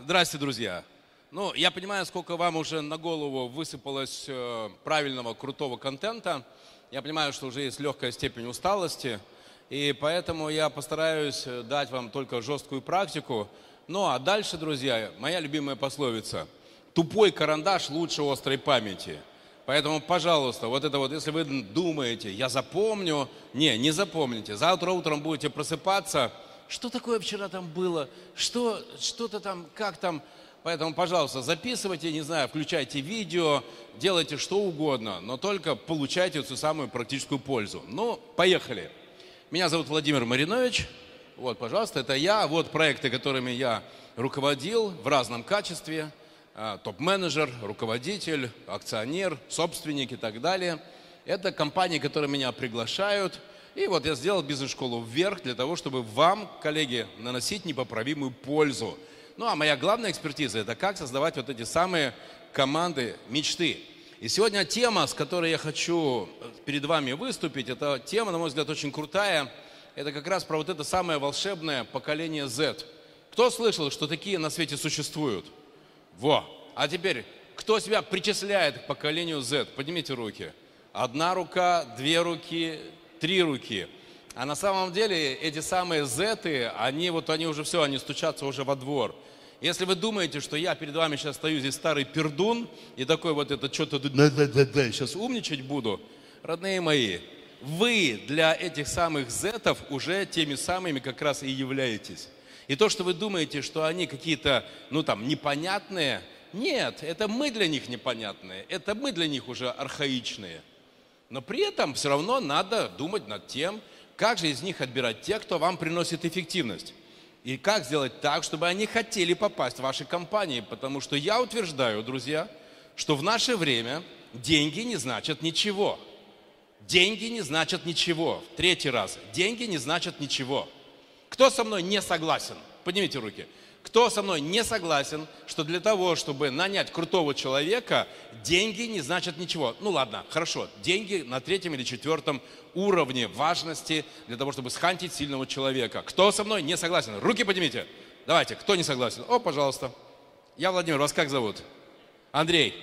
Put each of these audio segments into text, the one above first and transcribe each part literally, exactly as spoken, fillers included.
Здрасте, друзья. Ну, я понимаю, сколько вам уже на голову высыпалось э, правильного, крутого контента. Я понимаю, что уже есть легкая степень усталости. И поэтому я постараюсь дать вам только жесткую практику. Ну, а дальше, друзья, моя любимая пословица. Тупой карандаш лучше острой памяти. Поэтому, пожалуйста, вот это вот, если вы думаете, я запомню, не, не запомните. Завтра утром будете просыпаться, что такое вчера там было, что, что-то там, как там. Поэтому, пожалуйста, записывайте, не знаю, включайте видео, делайте что угодно, но только получайте эту самую практическую пользу. Ну, поехали. Меня зовут Владимир Маринович. Вот, пожалуйста, это я. Вот проекты, которыми я руководил в разном качестве. Топ-менеджер, руководитель, акционер, собственник и так далее. Это компании, которые меня приглашают. И вот я сделал бизнес-школу «Вверх» для того, чтобы вам, коллеги, наносить непоправимую пользу. Ну, а моя главная экспертиза – это как создавать вот эти самые команды мечты. И сегодня тема, с которой я хочу перед вами выступить, это тема, на мой взгляд, очень крутая. Это как раз про вот это самое волшебное поколение Z. Кто слышал, что такие на свете существуют? Во! А теперь, кто себя причисляет к поколению Z? Поднимите руки. Одна рука, две руки, три руки. А на самом деле эти самые Z, они вот они уже все, они стучатся уже во двор. Если вы думаете, что я перед вами сейчас стою здесь старый пердун и такой вот это что-то сейчас умничать буду, родные мои, вы для этих самых Z уже теми самыми как раз и являетесь. И то, что вы думаете, что они какие-то, ну там, непонятные, нет, это мы для них непонятные, это мы для них уже архаичные. Но при этом все равно надо думать над тем, как же из них отбирать тех, кто вам приносит эффективность. И как сделать так, чтобы они хотели попасть в ваши компании. Потому что я утверждаю, друзья, что в наше время деньги не значат ничего. Деньги не значат ничего. Третий раз. Деньги не значат ничего. Кто со мной не согласен? Поднимите руки. Кто со мной не согласен, что для того, чтобы нанять крутого человека, деньги не значат ничего? Ну ладно, хорошо. Деньги на третьем или четвертом уровне важности для того, чтобы схантить сильного человека. Кто со мной не согласен? Руки поднимите. Давайте, кто не согласен? О, пожалуйста. Я Владимир, вас как зовут? Андрей.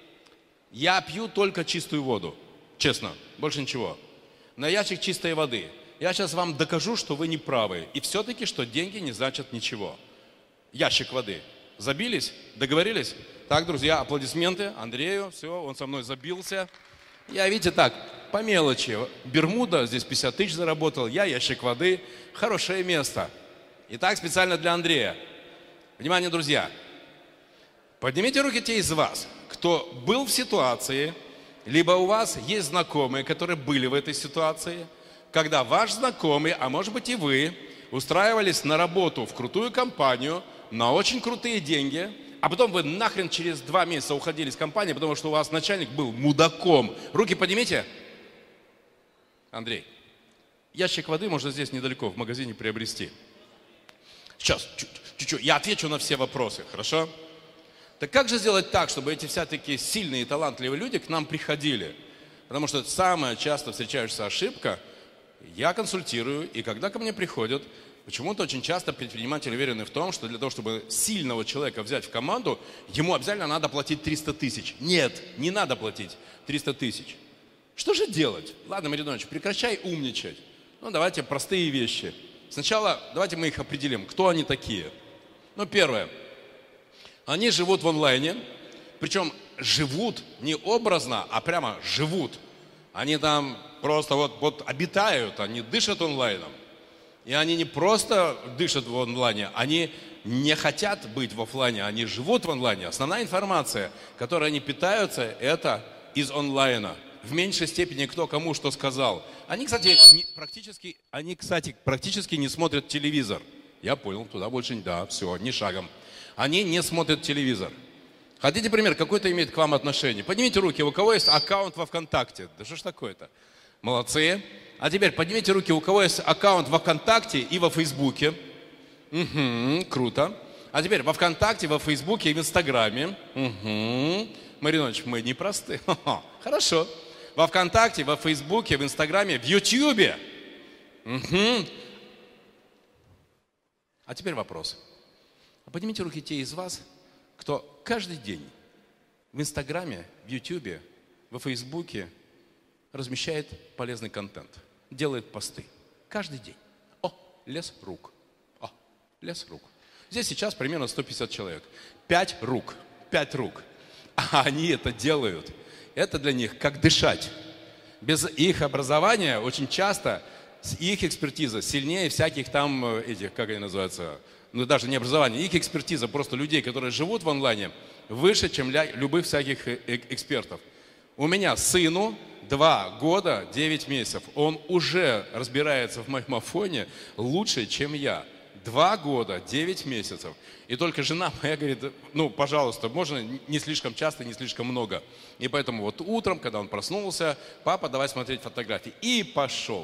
Я пью только чистую воду. Честно, больше ничего. На ящик чистой воды. Я сейчас вам докажу, что вы не правы. И все-таки, что деньги не значат ничего. Ящик воды. Забились? Договорились? Так, друзья, аплодисменты Андрею. Все, он со мной забился. Я, видите, так, по мелочи. Бермуда, здесь пятьдесят тысяч заработал. Я ящик воды. Хорошее место. Итак, специально для Андрея. Внимание, друзья. Поднимите руки те из вас, кто был в ситуации, либо у вас есть знакомые, которые были в этой ситуации, когда ваш знакомый, а может быть и вы, устраивались на работу в крутую компанию, на очень крутые деньги, а потом вы нахрен через два месяца уходили из компании, потому что у вас начальник был мудаком. Руки поднимите. Андрей, ящик воды можно здесь недалеко, в магазине приобрести. Сейчас, чуть-чуть, я отвечу на все вопросы, хорошо? Так как же сделать так, чтобы эти вся такие сильные и талантливые люди к нам приходили? Потому что это самая часто встречающаяся ошибка. Я консультирую, и когда ко мне приходят, почему-то очень часто предприниматели уверены в том, что для того, чтобы сильного человека взять в команду, ему обязательно надо платить триста тысяч. Нет, не надо платить триста тысяч. Что же делать? Ладно, Маринович, прекращай умничать. Ну, давайте простые вещи. Сначала давайте мы их определим. Кто они такие? Ну, первое. Они живут в онлайне, причем живут не образно, а прямо живут. Они там просто вот, вот обитают, они дышат онлайном. И они не просто дышат в онлайне, они не хотят быть в офлайне, они живут в онлайне. Основная информация, которой они питаются, это из онлайна. В меньшей степени кто кому что сказал. Они, кстати, не, практически, они, кстати, практически не смотрят телевизор. Я понял, туда больше не... Да, все, ни шагом. Они не смотрят телевизор. Хотите пример, какой-то имеет к вам отношение? Поднимите руки, у кого есть аккаунт во ВКонтакте? Да что ж такое-то? Молодцы. А теперь поднимите руки, у кого есть аккаунт во ВКонтакте и во Фейсбуке. Угу, круто. А теперь во ВКонтакте, во Фейсбуке и в Инстаграме. Угу. Маринович, мы не просты. Хорошо. Во ВКонтакте, во Фейсбуке, в Инстаграме, в Ютьюбе. Угу. А теперь вопрос. Поднимите руки те из вас, кто каждый день в Инстаграме, в Ютубе, во Фейсбуке размещает полезный контент, делает посты. Каждый день. О, лес рук. О, лес рук. Здесь сейчас примерно сто пятьдесят человек. Пять рук. Пять рук. А они это делают. Это для них как дышать. Без их образования очень часто их экспертиза сильнее всяких там этих, как они называются, ну даже не образование, их экспертиза просто людей, которые живут в онлайне, выше, чем для любых всяких экспертов. У меня сыну два года, девять месяцев. Он уже разбирается в маймофоне лучше, чем я. Два года, девять месяцев. И только жена моя говорит, ну, пожалуйста, можно не слишком часто, не слишком много. И поэтому вот утром, когда он проснулся, папа, давай смотреть фотографии. И пошел.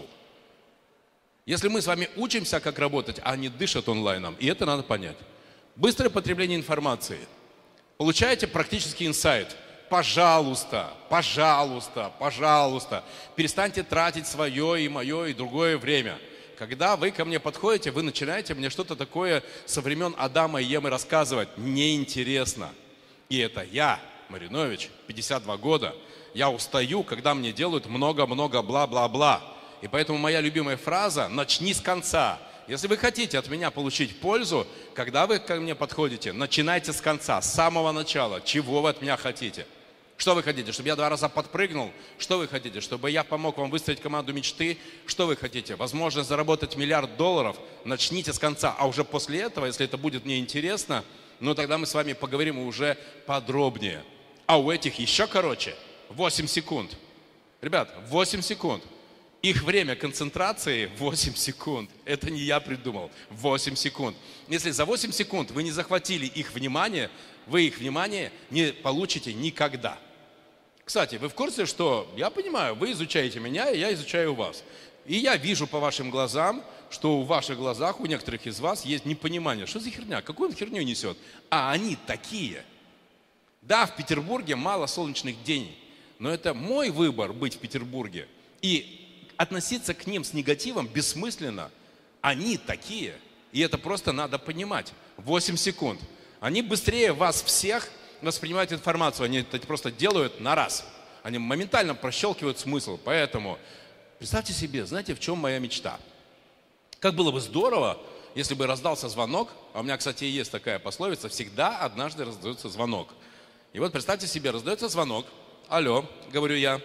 Если мы с вами учимся, как работать, а они дышат онлайном, и это надо понять. Быстрое потребление информации. Получаете практический инсайт. Пожалуйста, пожалуйста, пожалуйста, перестаньте тратить свое и мое и другое время. Когда вы ко мне подходите, вы начинаете мне что-то такое со времен Адама и Евы рассказывать. Неинтересно. И это я, Маринович, пятьдесят два года. Я устаю, когда мне делают много-много бла-бла-бла. И поэтому моя любимая фраза «начни с конца». Если вы хотите от меня получить пользу, когда вы ко мне подходите, начинайте с конца, с самого начала. Чего вы от меня хотите? Что вы хотите? Чтобы я два раза подпрыгнул? Что вы хотите? Чтобы я помог вам выстроить команду мечты? Что вы хотите? Возможность заработать миллиард долларов? Начните с конца. А уже после этого, если это будет мне интересно, ну тогда мы с вами поговорим уже подробнее. А у этих еще короче. восемь секунд. Ребят, восемь секунд. Их время концентрации восемь секунд. Это не я придумал. восемь секунд. Если за восемь секунд вы не захватили их внимание, вы их внимание не получите никогда. Кстати, вы в курсе, что, я понимаю, вы изучаете меня, и я изучаю вас. И я вижу по вашим глазам, что в ваших глазах у некоторых из вас есть непонимание. Что за херня? Какую он херню несет? А они такие. Да, в Петербурге мало солнечных дней, но это мой выбор быть в Петербурге. И относиться к ним с негативом бессмысленно. Они такие. И это просто надо понимать. восемь секунд. Они быстрее вас всех воспринимают информацию. Они это просто делают на раз. Они моментально прощелкивают смысл. Поэтому представьте себе, знаете, в чем моя мечта? Как было бы здорово, если бы раздался звонок. А у меня, кстати, есть такая пословица. Всегда однажды раздается звонок. И вот представьте себе, раздается звонок. Алло, говорю я.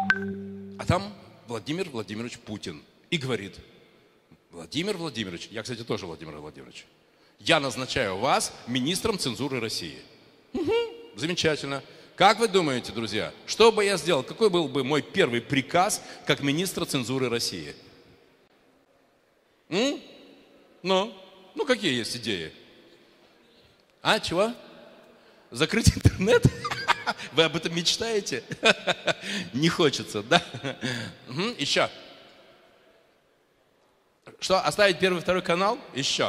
А там Владимир Владимирович Путин. И говорит: Владимир Владимирович, я, кстати, тоже Владимир Владимирович, я назначаю вас министром цензуры России. Угу, замечательно. Как вы думаете, друзья, что бы я сделал? Какой был бы мой первый приказ как министра цензуры России? М? Ну, ну какие есть идеи? А, чего? Закрыть интернет? Вы об этом мечтаете? Не хочется, да? Угу, еще. Что, оставить первый, второй канал? Еще.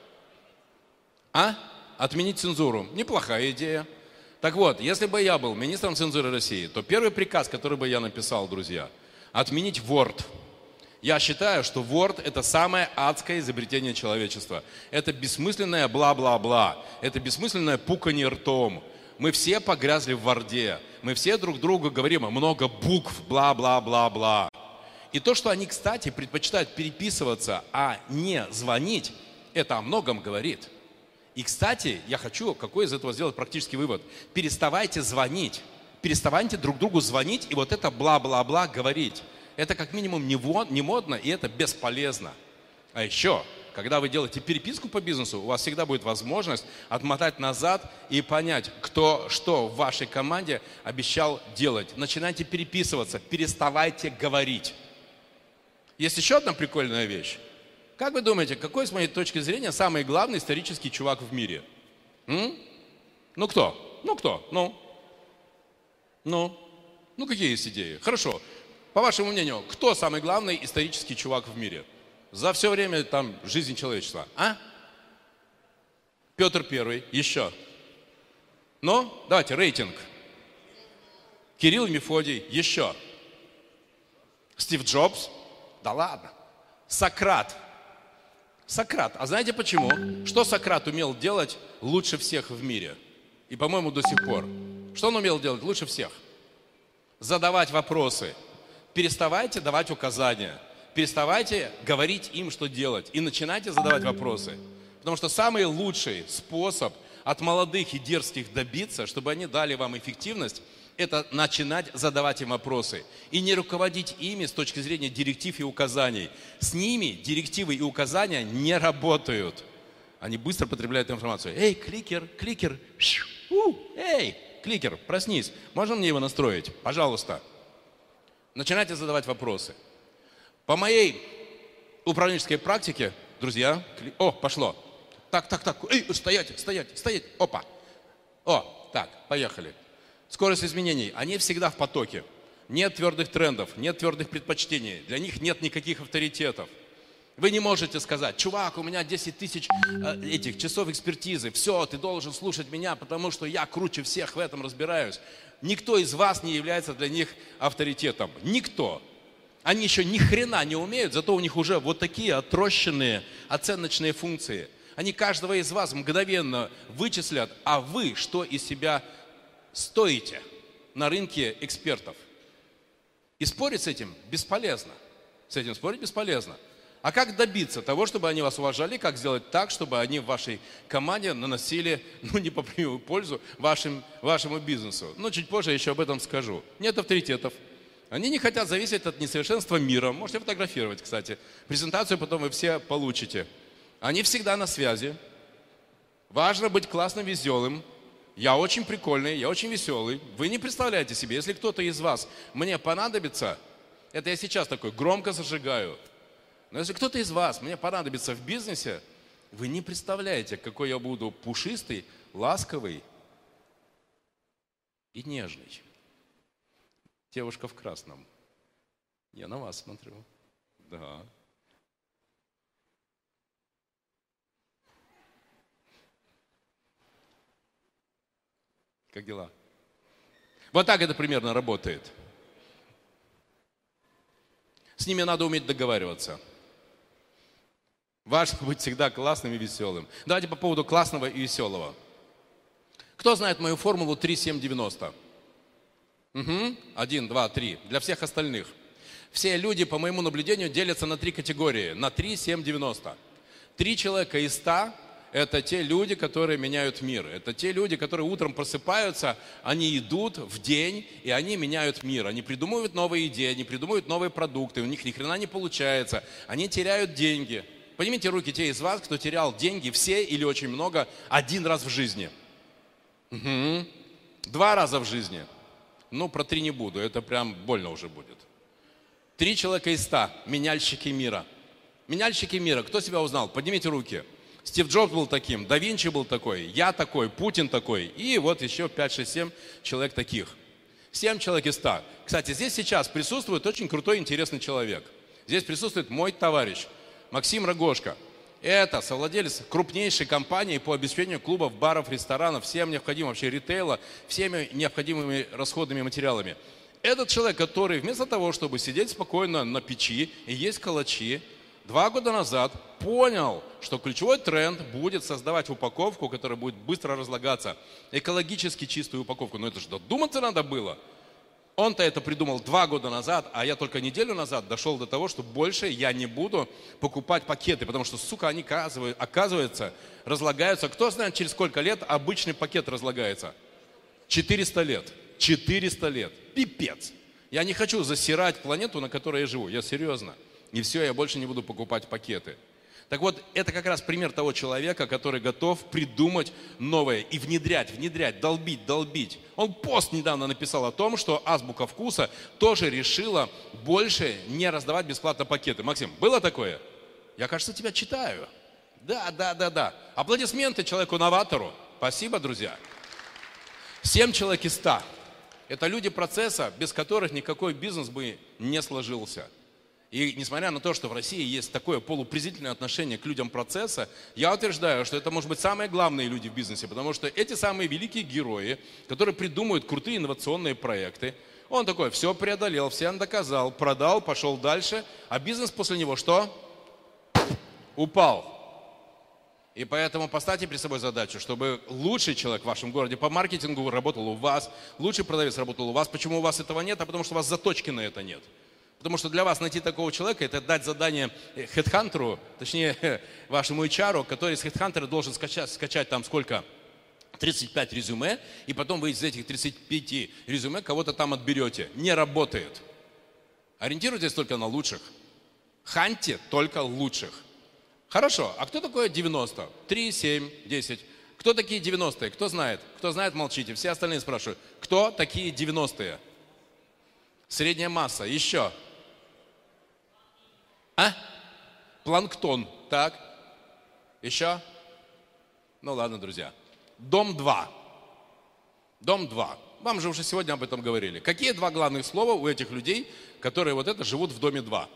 А? Отменить цензуру. Неплохая идея. Так вот, если бы я был министром цензуры России, то первый приказ, который бы я написал, друзья, отменить Word. Я считаю, что Word – это самое адское изобретение человечества. Это бессмысленное бла-бла-бла. Это бессмысленное пуканье ртом. Мы все погрязли в Ворде. Мы все друг другу говорим много букв, бла-бла-бла-бла. И то, что они, кстати, предпочитают переписываться, а не звонить, это о многом говорит. И, кстати, я хочу какой из этого сделать практический вывод. Переставайте звонить. Переставайте друг другу звонить и вот это бла-бла-бла говорить. Это как минимум не модно и это бесполезно. А еще, когда вы делаете переписку по бизнесу, у вас всегда будет возможность отмотать назад и понять, кто что в вашей команде обещал делать. Начинайте переписываться, переставайте говорить. Есть еще одна прикольная вещь. Как вы думаете, какой, с моей точки зрения, самый главный исторический чувак в мире? М? Ну кто? Ну кто? Ну? Ну? Ну какие есть идеи? Хорошо. По вашему мнению, кто самый главный исторический чувак в мире? За все время там жизни человечества. А? Петр Первый. Еще. Ну, давайте, рейтинг. Кирилл и Мефодий. Еще. Стив Джобс. Да ладно. Сократ. Сократ. А знаете почему? Что Сократ умел делать лучше всех в мире. И, по-моему, до сих пор. Что он умел делать лучше всех? Задавать вопросы. Переставайте давать указания. Переставайте говорить им, что делать. И начинайте задавать вопросы. Потому что самый лучший способ от молодых и дерзких добиться, чтобы они дали вам эффективность, это начинать задавать им вопросы. И не руководить ими с точки зрения директив и указаний. С ними директивы и указания не работают. Они быстро потребляют информацию. Эй, кликер, кликер, у, эй, кликер, проснись. Можно мне его настроить? Пожалуйста. Начинайте задавать вопросы. По моей управленческой практике, друзья, кли... о, пошло. Так, так, так, эй, стоять, стоять, стоять, опа. О, так, поехали. Скорость изменений, они всегда в потоке. Нет твердых трендов, нет твердых предпочтений. Для них нет никаких авторитетов. Вы не можете сказать: чувак, у меня десять тысяч э, этих часов экспертизы. Все, ты должен слушать меня, потому что я круче всех в этом разбираюсь. Никто из вас не является для них авторитетом. Никто. Они еще ни хрена не умеют, зато у них уже вот такие отрощенные оценочные функции. Они каждого из вас мгновенно вычислят, а вы что из себя стоите на рынке экспертов. И спорить с этим бесполезно. С этим спорить бесполезно. А как добиться того, чтобы они вас уважали, как сделать так, чтобы они в вашей команде наносили, ну, непоправимую пользу вашим, вашему бизнесу? Ну, чуть позже я еще об этом скажу. Нет авторитетов. Они не хотят зависеть от несовершенства мира. Можете фотографировать, кстати. Презентацию потом вы все получите. Они всегда на связи. Важно быть классным, веселым. Я очень прикольный, я очень веселый. Вы не представляете себе, если кто-то из вас мне понадобится, это я сейчас такой громко зажигаю, но если кто-то из вас мне понадобится в бизнесе, вы не представляете, какой я буду пушистый, ласковый и нежный. Девушка в красном. Я на вас смотрю. Да. Как дела? Вот так это примерно работает. С ними надо уметь договариваться. Важно быть всегда классным и веселым. Давайте по поводу классного и веселого. Кто знает мою формулу три семь девяносто? Угу. один, два, три. Для всех остальных. Все люди, по моему наблюдению, делятся на три категории. На три семь девяносто. Три человека из ста – это те люди, которые меняют мир. Это те люди, которые утром просыпаются, они идут в день, и они меняют мир. Они придумывают новые идеи, они придумывают новые продукты, у них ни хрена не получается. Они теряют деньги. Поднимите руки те из вас, кто терял деньги, все или очень много, один раз в жизни. Угу. Два раза в жизни. Ну, про три не буду, это прям больно уже будет. Три человека из ста – меняльщики мира. Меняльщики мира, кто себя узнал? Поднимите руки. Стив Джобс был таким, Да Винчи был такой, я такой, Путин такой. И вот еще пять, шесть, семь человек таких. семь человек из ста. Кстати, здесь сейчас присутствует очень крутой, интересный человек. Здесь присутствует мой товарищ Максим Рогожко. Это совладелец крупнейшей компании по обеспечению клубов, баров, ресторанов, всем необходимым вообще ритейла, всеми необходимыми расходными материалами. Этот человек, который вместо того, чтобы сидеть спокойно на печи и есть калачи, два года назад понял, что ключевой тренд будет создавать упаковку, которая будет быстро разлагаться, экологически чистую упаковку. Но это же додуматься надо было. Он-то это придумал два года назад, а я только неделю назад дошел до того, что больше я не буду покупать пакеты, потому что, сука, они, оказывается, разлагаются. Кто знает, через сколько лет обычный пакет разлагается? четыреста лет. четыреста лет. Пипец. Я не хочу засирать планету, на которой я живу. Я серьезно. И все, я больше не буду покупать пакеты. Так вот, это как раз пример того человека, который готов придумать новое и внедрять, внедрять, долбить, долбить. Он пост недавно написал о том, что Азбука Вкуса тоже решила больше не раздавать бесплатно пакеты. Максим, было такое? Я, кажется, тебя читаю. Да, да, да, да. Аплодисменты человеку-новатору. Спасибо, друзья. Семь человек из ста. Это люди процесса, без которых никакой бизнес бы не сложился. И несмотря на то, что в России есть такое полупрезрительное отношение к людям процесса, я утверждаю, что это, может быть, самые главные люди в бизнесе, потому что эти самые великие герои, которые придумывают крутые инновационные проекты, он такой, все преодолел, всем доказал, продал, пошел дальше, а бизнес после него что? Упал. И поэтому поставьте перед собой задачу, чтобы лучший человек в вашем городе по маркетингу работал у вас, лучший продавец работал у вас. Почему у вас этого нет? А потому что у вас заточки на это нет. Потому что для вас найти такого человека, это дать задание хедхантеру, точнее вашему эйч ар, который с хедхантера должен скачать, скачать там сколько? тридцать пять резюме, и потом вы из этих тридцати пяти резюме кого-то там отберете. Не работает. Ориентируйтесь только на лучших. Ханьте только лучших. Хорошо, а кто такое девяносто? три, семь, десять. Кто такие девяностые? Кто знает? Кто знает, молчите. Все остальные спрашивают. Кто такие девяностые? Средняя масса. Еще. А? Планктон. Так. Еще? Ну ладно, друзья. Дом два. Дом два. Вам же уже сегодня об этом говорили. Какие два главных слова у этих людей, которые вот это живут в доме два?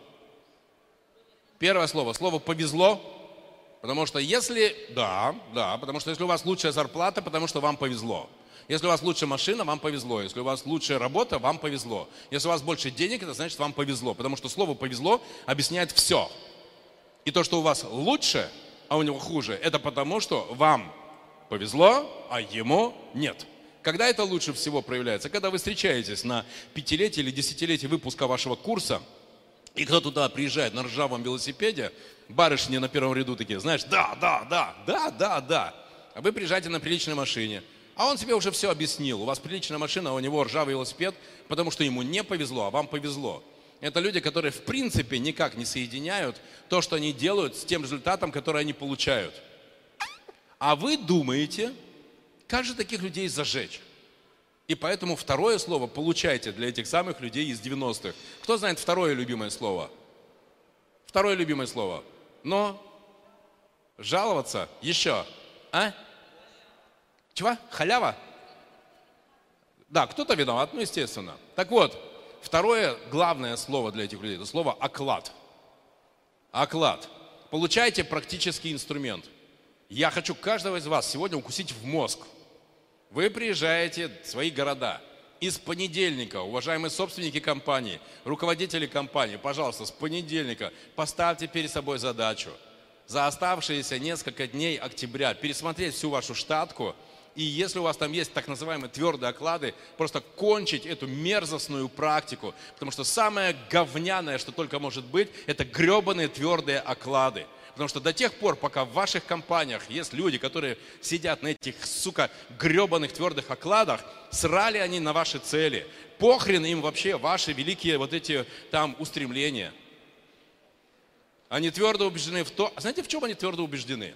Первое слово. Слово «повезло». Потому что если... Да, да. Потому что если у вас лучшая зарплата, потому что вам повезло. Если у вас лучшая машина, вам повезло. Если у вас лучшая работа, вам повезло. Если у вас больше денег, это значит, вам повезло. Потому что слово «повезло» объясняет все. И то, что у вас лучше, а у него хуже, это потому, что вам повезло, а ему нет. Когда это лучше всего проявляется? Когда вы встречаетесь на пятилетие или десятилетие выпуска вашего курса, и кто туда приезжает на ржавом велосипеде, барышни на первом ряду такие, знаешь, да, да, да, да, да, да. А вы приезжаете на приличной машине, а он тебе уже все объяснил. У вас приличная машина, а у него ржавый велосипед, потому что ему не повезло, а вам повезло. Это люди, которые в принципе никак не соединяют то, что они делают, с тем результатом, который они получают. А вы думаете, как же таких людей зажечь? И поэтому второе слово получайте для этих самых людей из девяностых. Кто знает второе любимое слово? Второе любимое слово. Но жаловаться еще. А? Чего? Халява? Да, кто-то виноват, ну естественно. Так вот, второе главное слово для этих людей, это слово оклад. Оклад. Получайте практический инструмент. Я хочу каждого из вас сегодня укусить в мозг. Вы приезжаете в свои города. И с понедельника, уважаемые собственники компании, руководители компании, пожалуйста, с понедельника поставьте перед собой задачу за оставшиеся несколько дней октября пересмотреть всю вашу штатку. И если у вас там есть так называемые твердые оклады, просто кончить эту мерзостную практику. Потому что самое говняное, что только может быть, это гребаные твердые оклады. Потому что до тех пор, пока в ваших компаниях есть люди, которые сидят на этих, сука, гребаных твердых окладах, срали они на ваши цели. Похрен им вообще ваши великие вот эти там устремления. Они твердо убеждены в том... Знаете, в чем они твердо убеждены?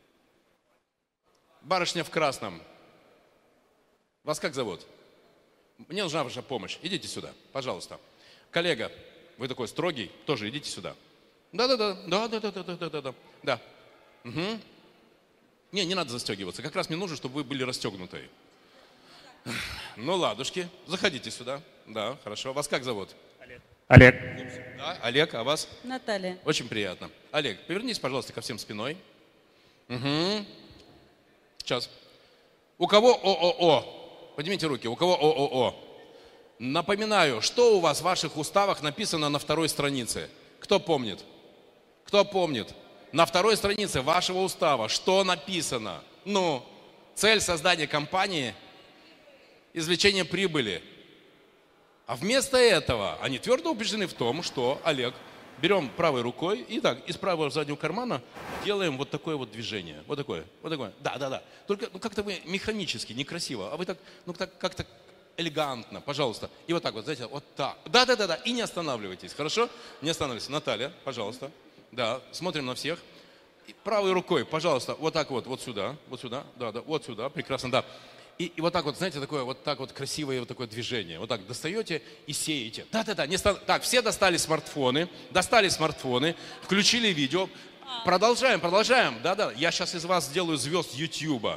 Барышня в красном. Вас как зовут? Мне нужна ваша помощь. Идите сюда, пожалуйста. Коллега, вы такой строгий, тоже идите сюда. Да-да-да, да-да-да-да-да-да-да. Да. Угу. Не, не надо застегиваться. Как раз мне нужно, чтобы вы были расстегнутые. Ну, ладушки, заходите сюда. Да, хорошо. Вас как зовут? Олег. Олег. Да, Олег, а вас? Наталья. Очень приятно. Олег, повернись, пожалуйста, ко всем спиной. Угу. Сейчас. У кого ООО? Поднимите руки. У кого ООО? Напоминаю, что у вас в ваших уставах написано на второй странице? Кто помнит? Кто помнит? На второй странице вашего устава что написано? Ну, цель создания компании – извлечение прибыли. А вместо этого они твердо убеждены в том, что, Олег, берем правой рукой и так, из правого заднего кармана делаем вот такое вот движение. Вот такое, вот такое. Да, да, да. Только ну, как-то вы механически, некрасиво. А вы так, ну так, как-то элегантно, пожалуйста. И вот так вот, знаете, вот так. Да, да, да, да. И не останавливайтесь, хорошо? Не останавливайтесь. Наталья, пожалуйста. Да, смотрим на всех. И правой рукой, пожалуйста, вот так вот, вот сюда, вот сюда, да, да, вот сюда, прекрасно, да. И, и вот так вот, знаете, такое вот так вот красивое вот такое движение. Вот так достаете и сеете. Да-да-да, не ста... так, все достали смартфоны, достали смартфоны, включили видео. Продолжаем, продолжаем. Да-да, я сейчас из вас сделаю звезд Ютьюба.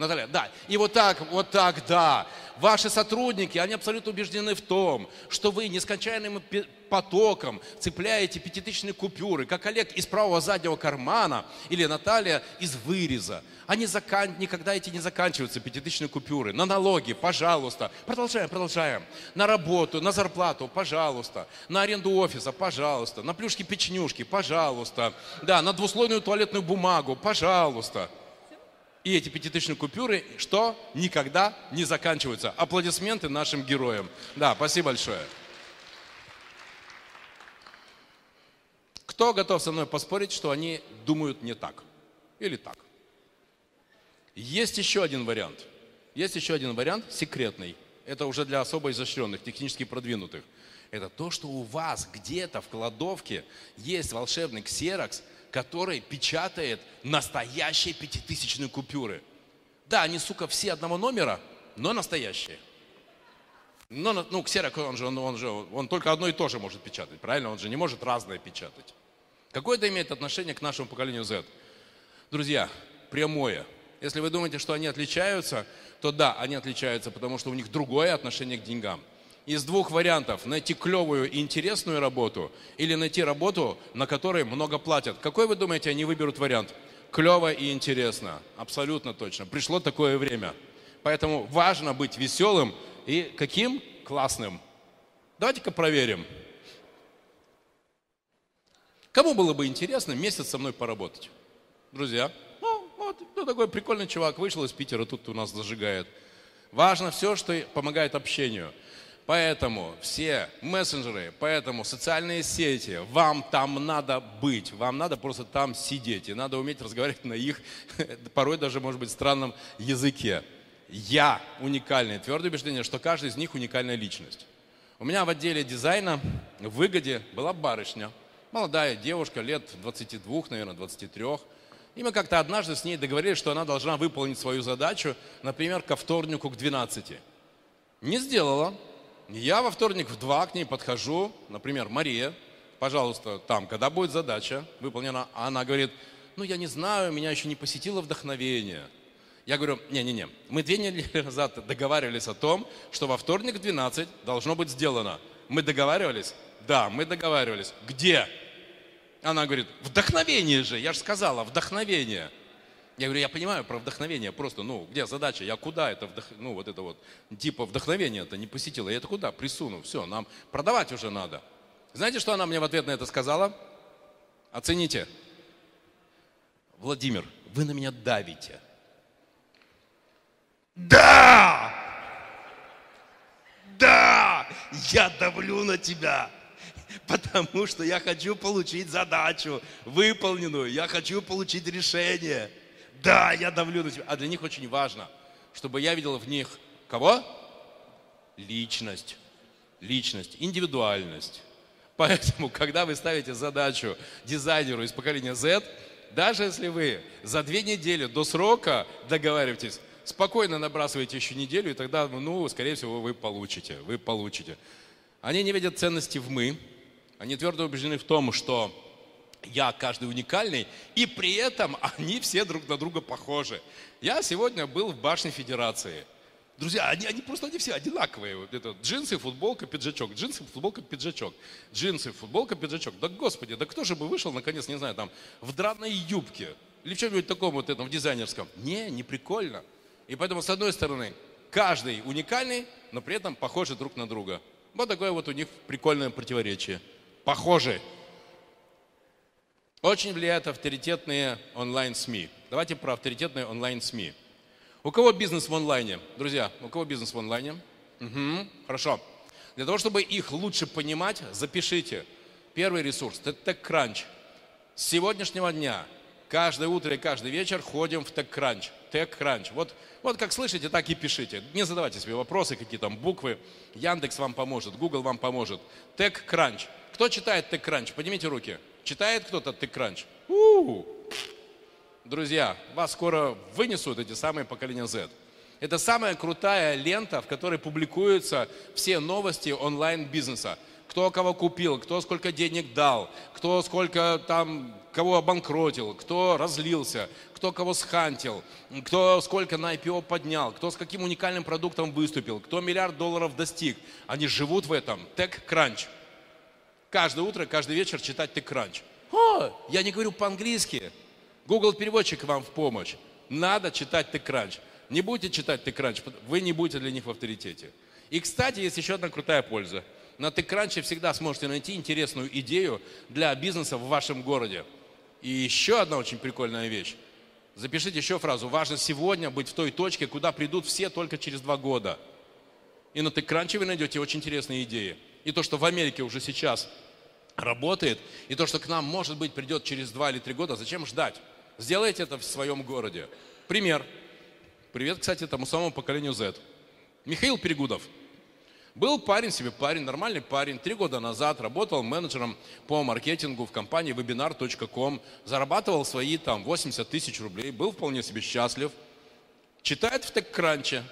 Наталья, да. И вот так, вот так, да. Ваши сотрудники, они абсолютно убеждены в том, что вы нескончаемым потоком цепляете пятитысячные купюры, как Олег из правого заднего кармана или Наталья из выреза. Они закан... никогда эти не заканчиваются, пятитысячные купюры. На налоги, пожалуйста. Продолжаем, продолжаем. На работу, на зарплату, пожалуйста. На аренду офиса, пожалуйста. На плюшки-печенюшки, пожалуйста. Да, на двуслойную туалетную бумагу, пожалуйста. И эти пятитысячные купюры, что никогда не заканчиваются. Аплодисменты нашим героям. Да, спасибо большое. Кто готов со мной поспорить, что они думают не так? Или так? Есть еще один вариант. Есть еще один вариант, секретный. Это уже для особо изощренных, технически продвинутых. Это то, что у вас где-то в кладовке есть волшебный ксерокс, который печатает настоящие пятитысячные купюры. Да, они, сука, все одного номера, но настоящие. Но, ну, ксерокс, он же, он, он же, он только одно и то же может печатать, правильно? Он же не может разное печатать. Какое это имеет отношение к нашему поколению Z? Друзья, прямое. Если вы думаете, что они отличаются, то да, они отличаются, потому что у них другое отношение к деньгам. Из двух вариантов: найти клевую и интересную работу или найти работу, на которой много платят. Какой, вы думаете, они выберут вариант? Клево и интересно. Абсолютно точно. Пришло такое время. Поэтому важно быть веселым и каким? Классным. Давайте-ка проверим. Кому было бы интересно месяц со мной поработать? Друзья, ну, вот, ну, такой прикольный чувак вышел из Питера, тут у нас зажигает. Важно все, что помогает общению. Поэтому все мессенджеры, поэтому социальные сети, вам там надо быть, вам надо просто там сидеть, и надо уметь разговаривать на их, порой даже, может быть, странном языке. Я уникальный, твердое убеждение, что каждый из них уникальная личность. У меня в отделе дизайна в Выгоде была барышня, молодая девушка, лет двадцати двух, наверное, двадцати трёх. И мы как-то однажды с ней договорились, что она должна выполнить свою задачу, например, ко вторнику к двенадцати. Не сделала. Я во вторник в два к ней подхожу, например, Мария, пожалуйста, там, когда будет задача выполнена, а она говорит, ну я не знаю, меня еще не посетило вдохновение. Я говорю, не-не-не, мы две недели назад договаривались о том, что во вторник в двенадцать должно быть сделано. Мы договаривались? Да, мы договаривались. Где? Она говорит, вдохновение же, я же сказала, вдохновение. Я говорю, я понимаю про вдохновение, просто, ну, где задача, я куда это, вдох... ну, вот это вот, типа вдохновение-то не посетила, я это куда присуну, все, нам продавать уже надо. Знаете, что она мне в ответ на это сказала? Оцените. Владимир, вы на меня давите. Да! Да! Я давлю на тебя, потому что я хочу получить задачу выполненную, я хочу получить решение. Да, я давлю на тебя. А для них очень важно, чтобы я видел в них кого? Личность. Личность, индивидуальность. Поэтому, когда вы ставите задачу дизайнеру из поколения Z, даже если вы за две недели до срока договариваетесь, спокойно набрасывайте еще неделю, и тогда, ну, скорее всего, вы получите. Вы получите. Они не видят ценности в «мы». Они твердо убеждены в том, что я каждый уникальный, и при этом они все друг на друга похожи. Я сегодня был в башне Федерации. Друзья, они, они просто они все одинаковые. Вот это, джинсы, футболка, пиджачок. Джинсы, футболка, пиджачок. Джинсы, футболка, пиджачок. Да господи, да кто же бы вышел, наконец, не знаю, там, в драной юбке? Или в чем-нибудь таком вот этом, в дизайнерском? Не, не прикольно. И поэтому, с одной стороны, каждый уникальный, но при этом похожи друг на друга. Вот такое вот у них прикольное противоречие. Похожи. Очень влияют авторитетные онлайн-СМИ. Давайте про авторитетные онлайн-СМИ. У кого бизнес в онлайне? Друзья, у кого бизнес в онлайне? Угу, хорошо. Для того, чтобы их лучше понимать, запишите. Первый ресурс – это TechCrunch. С сегодняшнего дня, каждое утро и каждый вечер ходим в TechCrunch. TechCrunch. Вот, вот как слышите, так и пишите. Не задавайте себе вопросы, какие там буквы. Яндекс вам поможет, Google вам поможет. TechCrunch. Кто читает TechCrunch? Поднимите руки. Читает кто-то TechCrunch? У-у-у. Друзья, вас скоро вынесут эти самые поколения Z. Это самая крутая лента, в которой публикуются все новости онлайн-бизнеса. кто кого купил, кто сколько денег дал, кто сколько там, кого обанкротил, кто разлился, кто кого схантил, кто сколько на ай пи о поднял, кто с каким уникальным продуктом выступил, кто миллиард долларов достиг. Они живут в этом. TechCrunch. Каждое утро, каждый вечер читать TechCrunch. О, я не говорю по-английски. Google переводчик вам в помощь. Надо читать TechCrunch. Не будете читать TechCrunch, вы не будете для них в авторитете. И, кстати, есть еще одна крутая польза. На TechCrunch всегда сможете найти интересную идею для бизнеса в вашем городе. И еще одна очень прикольная вещь. Запишите еще фразу. Важно сегодня быть в той точке, куда придут все только через два года. И на TechCrunch вы найдете очень интересные идеи. И то, что в Америке уже сейчас работает, и то, что к нам, может быть, придет через два или три года, зачем ждать? Сделайте это в своем городе. Пример. Привет, кстати, тому самому поколению Z. Михаил Перегудов. Был парень себе, парень, нормальный парень. Три года назад работал менеджером по маркетингу в компании вебинар точка ком. Зарабатывал свои там восемьдесят тысяч рублей. Был вполне себе счастлив. Читает в TechCrunch,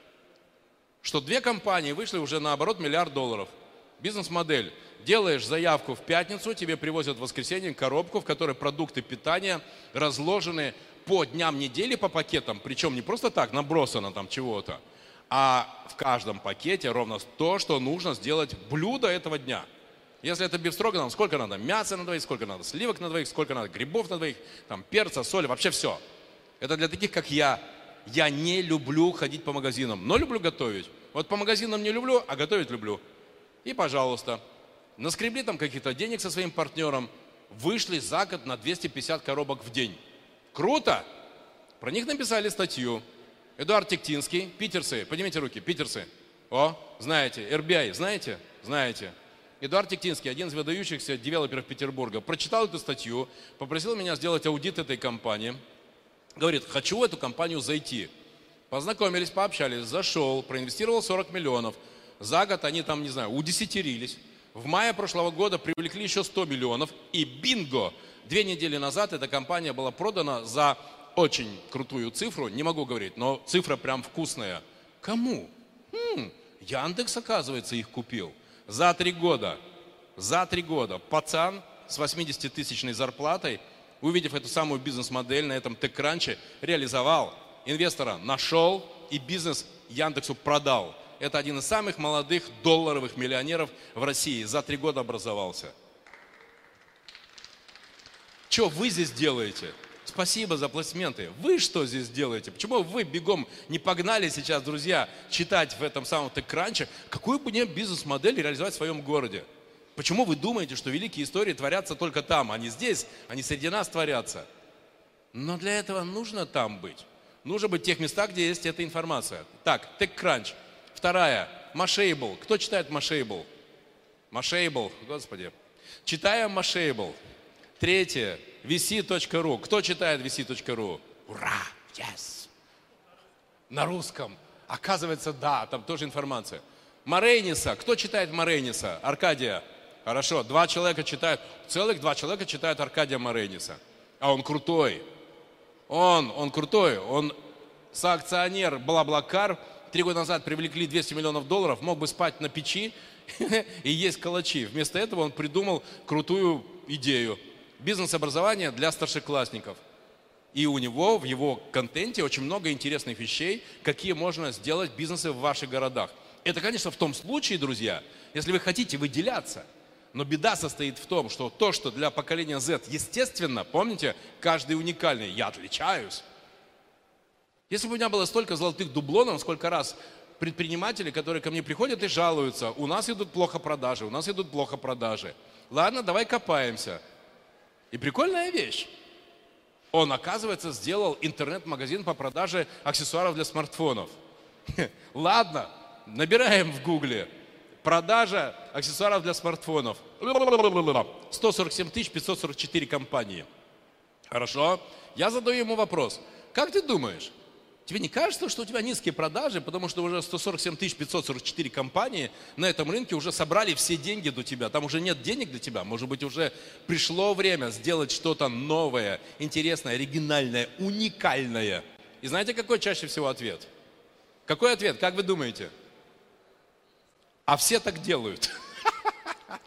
что две компании вышли уже на оборот миллиард долларов. Бизнес-модель. Делаешь заявку в пятницу, тебе привозят в воскресенье коробку, в которой продукты питания разложены по дням недели по пакетам, причем не просто так, набросано там чего-то, а в каждом пакете ровно то, что нужно сделать блюдо этого дня. Если это бифстроганов, сколько надо мяса на двоих, сколько надо сливок на двоих, сколько надо грибов на двоих, там перца, соли, вообще все. Это для таких, как я. Я не люблю ходить по магазинам, но люблю готовить. Вот по магазинам не люблю, а готовить люблю. И, пожалуйста, наскребли там каких-то денег со своим партнером, вышли за год на двести пятьдесят коробок в день. Круто! Про них написали статью. Эдуард Тектинский, питерцы, поднимите руки, питерцы. О, знаете, эр би ай, знаете? Знаете. Эдуард Тектинский, один из выдающихся девелоперов Петербурга, прочитал эту статью, попросил меня сделать аудит этой компании. Говорит, хочу в эту компанию зайти. Познакомились, пообщались, зашел, проинвестировал сорок миллионов. За год они там, не знаю, удесятерились. В мае прошлого года привлекли еще сто миллионов. И бинго! Две недели назад эта компания была продана за очень крутую цифру. Не могу говорить, но цифра прям вкусная. Кому? Хм, Яндекс, оказывается, их купил. За три года. За три года. Пацан с восьмидесятитысячной зарплатой, увидев эту самую бизнес-модель на этом TechCrunch, реализовал. Инвестора нашел и бизнес Яндексу продал. Это один из самых молодых долларовых миллионеров в России. За три года образовался. Что вы здесь делаете? Спасибо за аплодисменты. Вы что здесь делаете? Почему вы бегом не погнали сейчас, друзья, читать в этом самом TechCrunch, какую бы мне бизнес-модель реализовать в своем городе? Почему вы думаете, что великие истории творятся только там, а не здесь, они среди нас творятся? Но для этого нужно там быть. Нужно быть в тех местах, где есть эта информация. Так, TechCrunch. Вторая, Mashable. Кто читает Mashable? Mashable, господи. Читаем Mashable. Третье, ви си точка ру. Кто читает ви си точка ру? Ура! Yes! На русском. Оказывается, да, там тоже информация. Морейниса. Кто читает Морейниса? Аркадия. Хорошо, два человека читают, целых два человека читают Аркадия Морейниса. А он крутой. Он, он крутой. Он соакционер Бла-Бла-Кар. Три года назад привлекли двести миллионов долларов, мог бы спать на печи и есть калачи. Вместо этого он придумал крутую идею. Бизнес-образование для старшеклассников. И у него в его контенте очень много интересных вещей, какие можно сделать бизнесы в ваших городах. Это, конечно, в том случае, друзья, если вы хотите выделяться. Но беда состоит в том, что то, что для поколения Z естественно, помните, каждый уникальный, я отличаюсь. Если бы у меня было столько золотых дублонов, сколько раз предприниматели, которые ко мне приходят и жалуются, у нас идут плохо продажи, у нас идут плохо продажи. Ладно, давай копаемся. И прикольная вещь. Он, оказывается, сделал интернет-магазин по продаже аксессуаров для смартфонов. Ладно, набираем в гугле. Продажа аксессуаров для смартфонов. сто сорок семь тысяч пятьсот сорок четыре компании. Хорошо. Я задаю ему вопрос. Как ты думаешь, тебе не кажется, что у тебя низкие продажи, потому что уже сто сорок семь тысяч пятьсот сорок четыре компании на этом рынке уже собрали все деньги до тебя, там уже нет денег для тебя, может быть, уже пришло время сделать что-то новое, интересное, оригинальное, уникальное. И знаете, какой чаще всего ответ? Какой ответ, как вы думаете? А все так делают.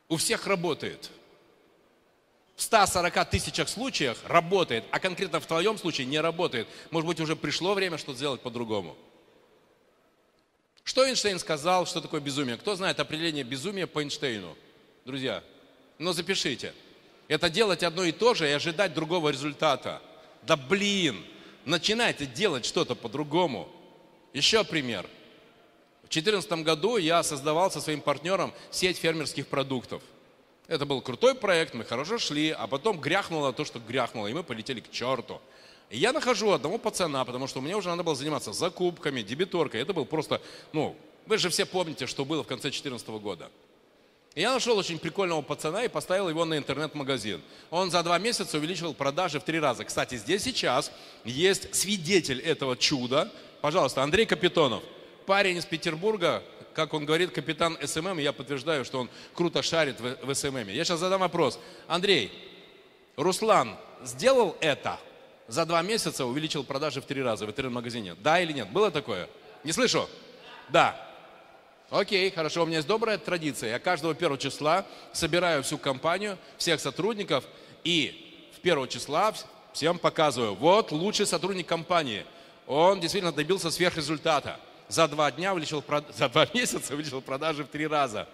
У всех работает. В ста сорока тысячах случаях работает, а конкретно в твоем случае не работает. Может быть, уже пришло время что-то сделать по-другому. Что Эйнштейн сказал, что такое безумие? Кто знает определение безумия по Эйнштейну? Друзья, ну запишите. Это делать одно и то же и ожидать другого результата. Да блин, начинайте делать что-то по-другому. Еще пример. В две тысячи четырнадцатом году я создавал со своим партнером сеть фермерских продуктов. Это был крутой проект, мы хорошо шли, а потом гряхнуло то, что гряхнуло, и мы полетели к черту. И я нахожу одного пацана, потому что мне уже надо было заниматься закупками, дебиторкой. Это был просто, ну, вы же все помните, что было в конце две тысячи четырнадцатого года. И я нашел очень прикольного пацана и поставил его на интернет-магазин. Он за два месяца увеличил продажи в три раза. Кстати, здесь сейчас есть свидетель этого чуда. Пожалуйста, Андрей Капитонов. Парень из Петербурга, как он говорит, капитан эс эм эм, я подтверждаю, что он круто шарит в, в эс эм эм. Я сейчас задам вопрос. Андрей, Руслан сделал это? За два месяца увеличил продажи в три раза в интернет-магазине. Да или нет? Было такое? Не слышу? Да. Окей, хорошо. У меня есть добрая традиция. Я каждого первого числа собираю всю компанию, всех сотрудников, и в первого числа всем показываю. Вот лучший сотрудник компании. Он действительно добился сверхрезультата. За два дня увеличил, за два месяца увеличил продажи в три раза.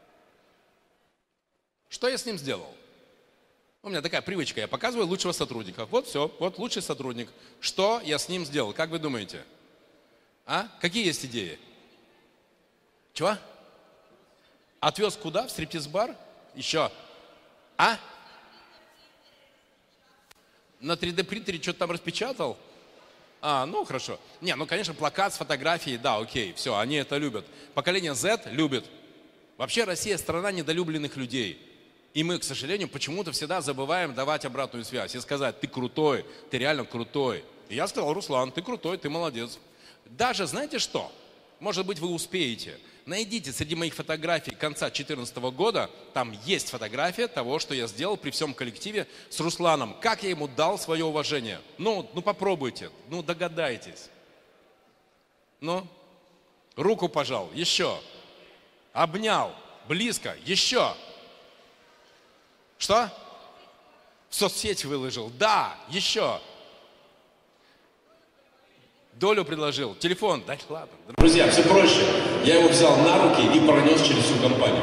Что я с ним сделал? У меня такая привычка, я показываю лучшего сотрудника. Вот все, вот лучший сотрудник. Что я с ним сделал? Как вы думаете? А? Какие есть идеи? Чего? Отвез куда? В стриптиз-бар? Еще? А? На три дэ принтере что-то там распечатал? А, ну хорошо. Не, ну конечно, плакат с фотографией, да, окей, все, они это любят. Поколение Z любит. Вообще Россия страна недолюбленных людей. И мы, к сожалению, почему-то всегда забываем давать обратную связь и сказать: ты крутой, ты реально крутой. И я сказал: Руслан, ты крутой, ты молодец. Даже, знаете что? Может быть, вы успеете. Найдите среди моих фотографий конца две тысячи четырнадцатого года, там есть фотография того, что я сделал при всем коллективе с Русланом. Как я ему дал свое уважение. Ну, ну попробуйте, ну догадайтесь. Ну, руку пожал, еще. Обнял, близко, еще. Что? В соцсеть выложил, да, еще. Долю предложил, телефон, да ладно. Друзья, все проще. Я его взял на руки и пронес через всю компанию.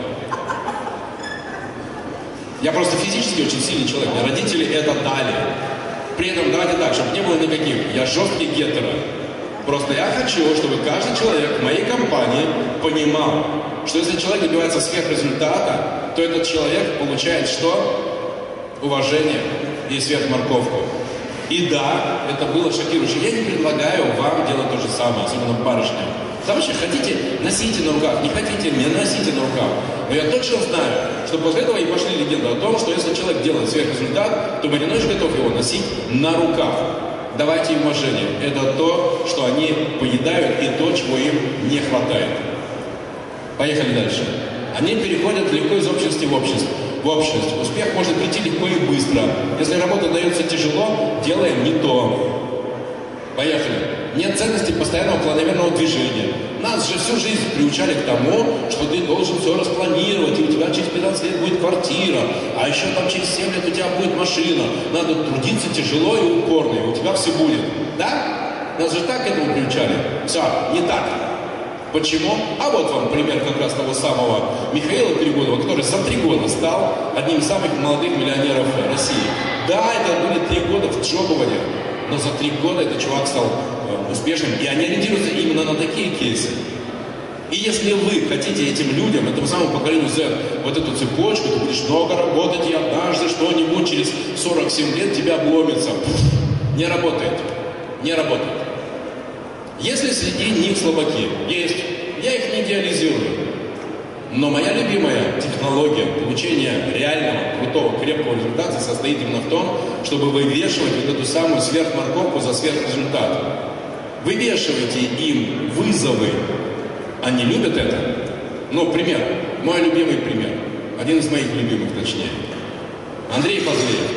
Я просто физически очень сильный человек. Мне родители это дали. При этом, давайте так, чтобы не было никаких. Я жесткий гетеро. Просто я хочу, чтобы каждый человек в моей компании понимал, что если человек добивается сверхрезультата, то этот человек получает что? Уважение и сверхморковку. И да, это было шокирующе. Я не предлагаю вам делать то же самое, особенно барышням. Там вообще хотите, носите на руках, не хотите, не носите на руках. Но я точно знаю, что после этого и пошли легенды о том, что если человек делает сверхрезультат, то Мариночек готов его носить на руках. Давайте им уважение. Это то, что они поедают, и то, чего им не хватает. Поехали дальше. Они переходят легко из общности в общество. В общность. Успех может прийти легко и быстро. Если работа дается тяжело, делаем не то. Поехали. Нет ценности постоянного планомерного движения. Нас же всю жизнь приучали к тому, что ты должен все распланировать, и у тебя через пятнадцать лет будет квартира, а еще там через семь лет у тебя будет машина. Надо трудиться тяжело и упорно, и у тебя все будет. Да? Нас же так к этому приучали. Все, не так. Почему? А вот вам пример как раз того самого Михаила Перегудова, который за три года стал одним из самых молодых миллионеров России. Да, это были три года в джобовании, но за три года этот чувак стал э, успешным, и они ориентируются именно на такие кейсы. И если вы хотите этим людям, этому самому поколению Z, вот эту цепочку, ты будешь много работать, и однажды что-нибудь через сорок семь лет тебя обломится. Пфф, не работает. Не работает. Если среди них слабаки есть, я их не идеализирую. Но моя любимая технология получения реального, крутого, крепкого результата состоит именно в том, чтобы вывешивать вот эту самую сверхморковку за сверхрезультат. Вывешивайте им вызовы. Они любят это. Ну, пример. Мой любимый пример. Один из моих любимых, точнее. Андрей Фазлиев.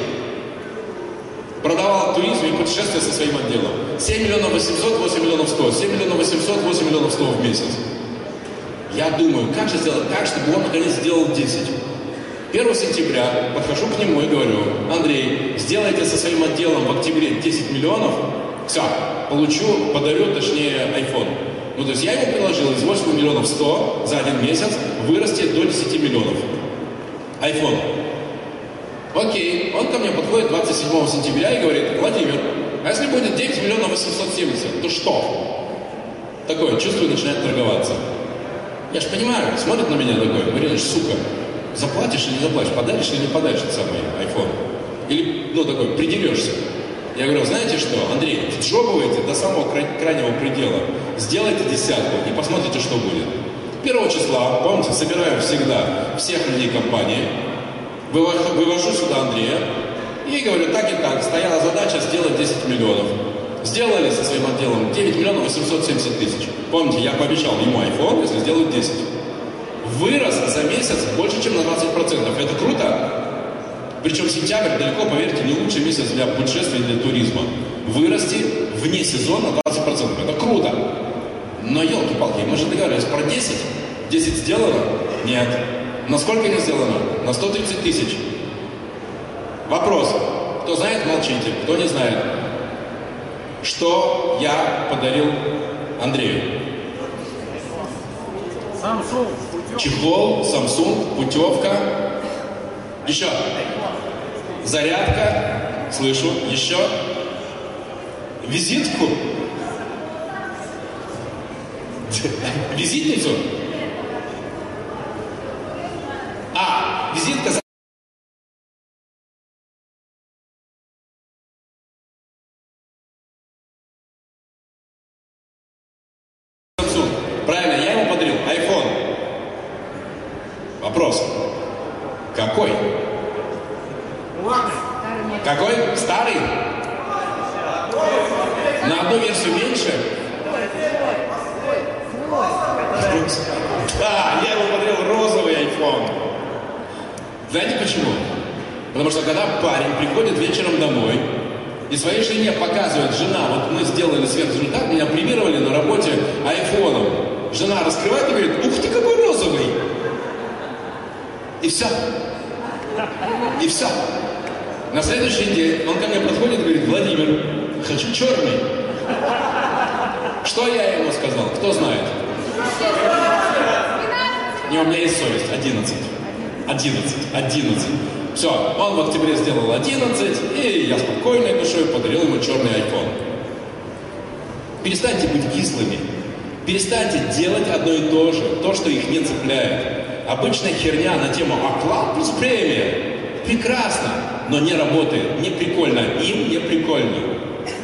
Продавал туризм и путешествия со своим отделом. семь миллионов восемьсот, восемь миллионов сто. семь миллионов восемьсот, восемь миллионов сто в месяц. Я думаю, как же сделать так, чтобы он наконец сделал десять? первого сентября подхожу к нему и говорю: Андрей, сделайте со своим отделом в октябре десять миллионов, все, получу, подарю, точнее, iPhone. Ну, то есть я ему предложил из восьми миллионов сто за один месяц вырасти до десяти миллионов. iPhone. Окей, он ко мне подходит двадцать седьмого сентября и говорит: Владимир, а если будет девять миллионов восемьсот семьдесят, то что? Такое чувство, начинает торговаться. Я же понимаю, смотрит на меня такой: Марина, сука, заплатишь или не заплатишь, подаришь или не подаришь этот самый iPhone? Или, ну, такой, придерешься. Я говорю: знаете что, Андрей, вджобывайте до самого крайнего предела, сделайте десятку и посмотрите, что будет. Первого числа, помните, собираю всегда всех людей компании, вывожу, вывожу сюда Андрея и говорю: так и так, стояла задача сделать десять миллионов. Сделали со своим отделом девять миллионов восемьсот семьдесят тысяч. Помните, я пообещал ему iPhone, если сделают десять. Вырос за месяц больше, чем на двадцать процентов. Это круто? Причем сентябрь далеко, поверьте, не лучший месяц для путешествий и для туризма. Вырасти вне сезона на двадцать процентов. Это круто. Но, елки-палки, мы же договорились про десять. десять сделано? Нет. На сколько не сделано? На сто тридцать тысяч. Вопрос. Кто знает, молчите. Кто не знает. Что я подарил Андрею? Samsung. Чехол, Samsung, путевка. Еще. Зарядка. Слышу. Еще. Визитку. Визитницу. А, визитка. Samsung. Правильно, я ему подарил iPhone. Вопрос. Какой? Какой? Старый? На одну версию меньше? Да, я ему подарил розовый iPhone. Знаете почему? Потому что когда парень приходит вечером домой и своей жене показывает: жена, вот мы сделали сверхрезультат, меня премировали на работе айфоном. Жена раскрывает и говорит: ух ты, какой розовый! И все. И все. На следующий день он ко мне подходит и говорит: Владимир, хочу черный. Что я ему сказал? Кто знает? Не, у меня есть совесть. Одиннадцать. Одиннадцать. Одиннадцать. Все, он в октябре сделал одиннадцать, и я спокойной душой подарил ему черный iPhone. Перестаньте быть кислыми. Перестаньте делать одно и то же, то, что их не цепляет. Обычная херня на тему оклад плюс премия. Прекрасно, но не работает, не прикольно. Им не прикольно.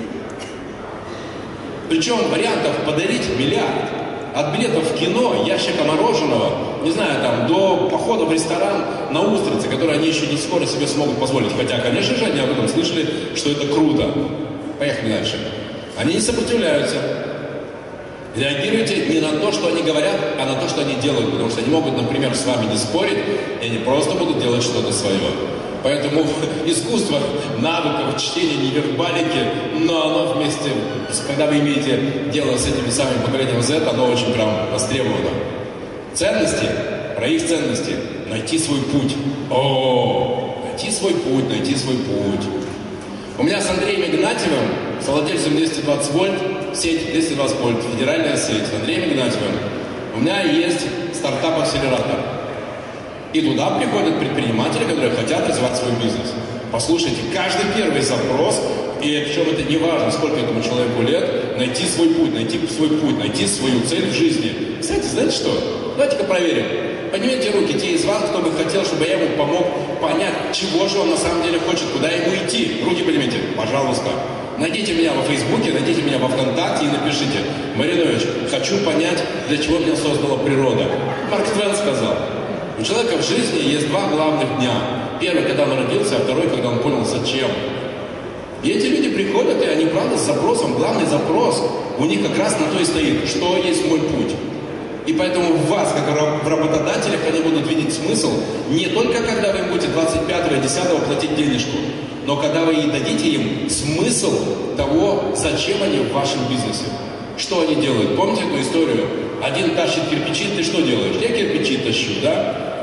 Причем вариантов подарить миллиард. От билетов в кино, ящика мороженого, не знаю, там, до похода в ресторан на Устрице, который они еще не скоро себе смогут позволить. Хотя, конечно же, они об этом слышали, что это круто. Поехали дальше. Они не сопротивляются. Реагируйте не на то, что они говорят, а на то, что они делают. Потому что они могут, например, с вами не спорить, и они просто будут делать что-то свое. Поэтому искусство навыков чтения невербалики, но оно вместе, когда вы имеете дело с этими самыми поколением Z, оно очень прям востребовано. Ценности, про их ценности, найти свой путь. О, найти свой путь, найти свой путь. У меня с Андреем Игнатьевым, с владельцем двести двадцать вольт, сеть двести двадцать вольт, федеральная сеть, с Андреем Игнатьевым, у меня есть стартап-акселератор. И туда приходят предприниматели, которые хотят развивать свой бизнес. Послушайте, каждый первый запрос, и причем это не важно, сколько этому человеку лет, найти свой путь, найти свой путь, найти свою цель в жизни. Кстати, знаете что? Давайте-ка проверим. Поднимите руки те из вас, кто бы хотел, чтобы я ему помог понять, чего же он на самом деле хочет, куда ему идти. Руки поднимите, пожалуйста. Найдите меня во Фейсбуке, найдите меня во ВКонтакте и напишите: Маринович, хочу понять, для чего меня создала природа. Марк Твен сказал: у человека в жизни есть два главных дня. Первый, когда он родился, а второй, когда он понял, зачем. И эти люди приходят, и они, правда, с запросом, главный запрос у них как раз на то и стоит: что есть мой путь. И поэтому в вас, как в работодателях, они будут видеть смысл не только когда вы им будете двадцать пятого и десятого платить денежку, но когда вы и дадите им смысл того, зачем они в вашем бизнесе. Что они делают? Помните эту историю? Один тащит кирпичи, ты что делаешь? Я кирпичи тащу, да?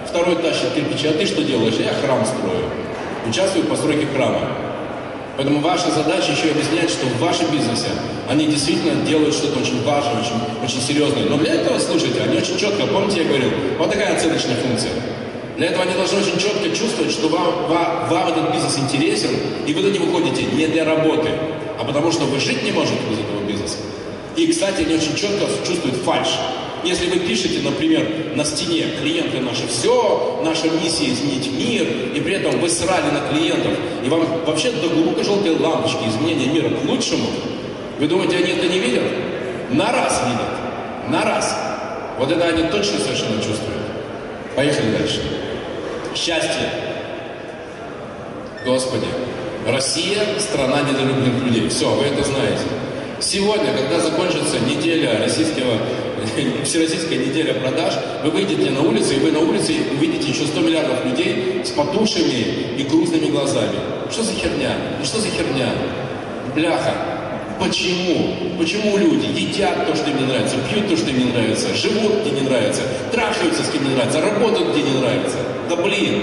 второй тащит кирпичи, а ты что делаешь? Я храм строю. Участвую в постройке храма. Поэтому ваша задача еще объяснять, что в вашем бизнесе они действительно делают что-то очень важное, очень, очень серьезное. Но для этого, слушайте, они очень четко, помните, я говорил, вот такая оценочная функция. Для этого они должны очень четко чувствовать, что вам, вам, вам этот бизнес интересен, и вы туда выходите не для работы, а потому что вы жить не можете без этого бизнеса. И, кстати, они очень четко чувствуют фальшь. Если вы пишете, например, на стене «Клиенты наши все», «Наша миссия изменить мир», и при этом вы срали на клиентов, и вам вообще до глубокой желтой лампочки изменения мира к лучшему, вы думаете, они это не видят? На раз видят. На раз. Вот это они точно совершенно чувствуют. Поехали дальше. Счастье. Господи. Россия – страна недолюбленных людей. Все, вы это знаете. Сегодня, когда закончится неделя российского, всероссийская неделя продаж, вы выйдете на улицу, и вы на улице увидите еще сто миллиардов людей с потухшими и грустными глазами. Что за херня? Ну что за херня? Бляха. Почему? Почему люди едят то, что им не нравится, пьют то, что им не нравится, живут, где не нравится, трахаются, с кем не нравится, работают, где не нравится? Да блин!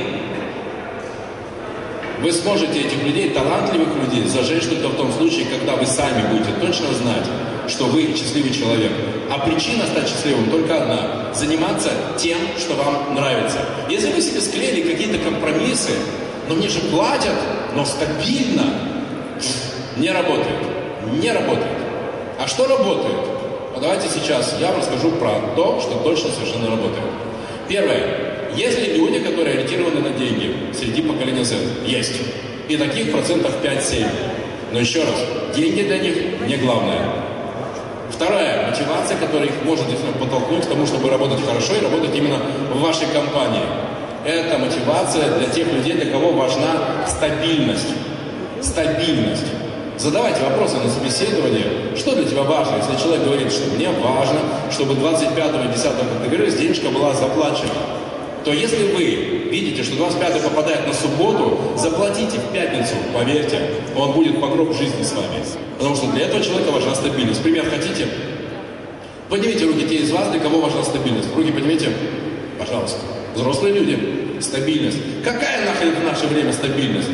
Вы сможете этих людей, талантливых людей, зажечь только в том случае, когда вы сами будете точно знать, что вы счастливый человек. А причина стать счастливым только одна – заниматься тем, что вам нравится. Если вы себе склеили какие-то компромиссы, но мне же платят, но стабильно, не работает. Не работает. А что работает? Ну, давайте сейчас я вам расскажу про то, что точно совершенно работает. Первое. Есть ли люди, которые ориентированы на деньги среди поколения Z? Есть. И таких процентов пять-семь. Но еще раз, деньги для них не главное. Вторая мотивация, которая их может действительно подтолкнуть к тому, чтобы работать хорошо и работать именно в вашей компании. Это мотивация для тех людей, для кого важна стабильность. Стабильность. Задавайте вопросы на собеседовании, что для тебя важно. Если человек говорит, что мне важно, чтобы двадцать пятого и десятого, как ты говоришь, денежка была заплачена, то если вы видите, что двадцать пятое попадает на субботу, заплатите в пятницу, поверьте, он будет по гроб жизни с вами. Потому что для этого человека важна стабильность. Пример хотите? Поднимите руки те из вас, для кого важна стабильность. Руки поднимите, пожалуйста. Взрослые люди. Стабильность. Какая нахрен в наше время стабильность?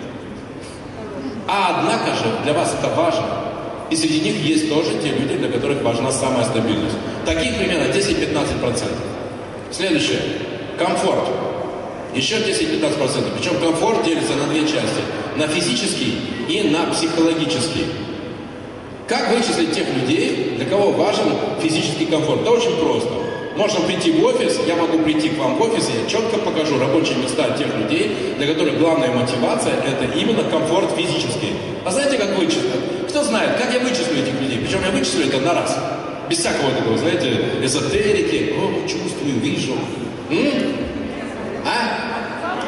А однако же для вас это важно. И среди них есть тоже те люди, для которых важна самая стабильность. Таких примерно десять-пятнадцать процентов. Следующее. Комфорт. Еще десять-пятнадцать процентов. Причем комфорт делится на две части. На физический и на психологический. Как вычислить тех людей, для кого важен физический комфорт? Да очень просто. Можно прийти в офис, я могу прийти к вам в офис, я четко покажу рабочие места тех людей, для которых главная мотивация – это именно комфорт физический. А знаете, как вычислить? Кто знает, как я вычислю этих людей? Причем я вычислю это на раз. Без всякого такого, знаете, эзотерики. О, чувствую, вижу. М? А?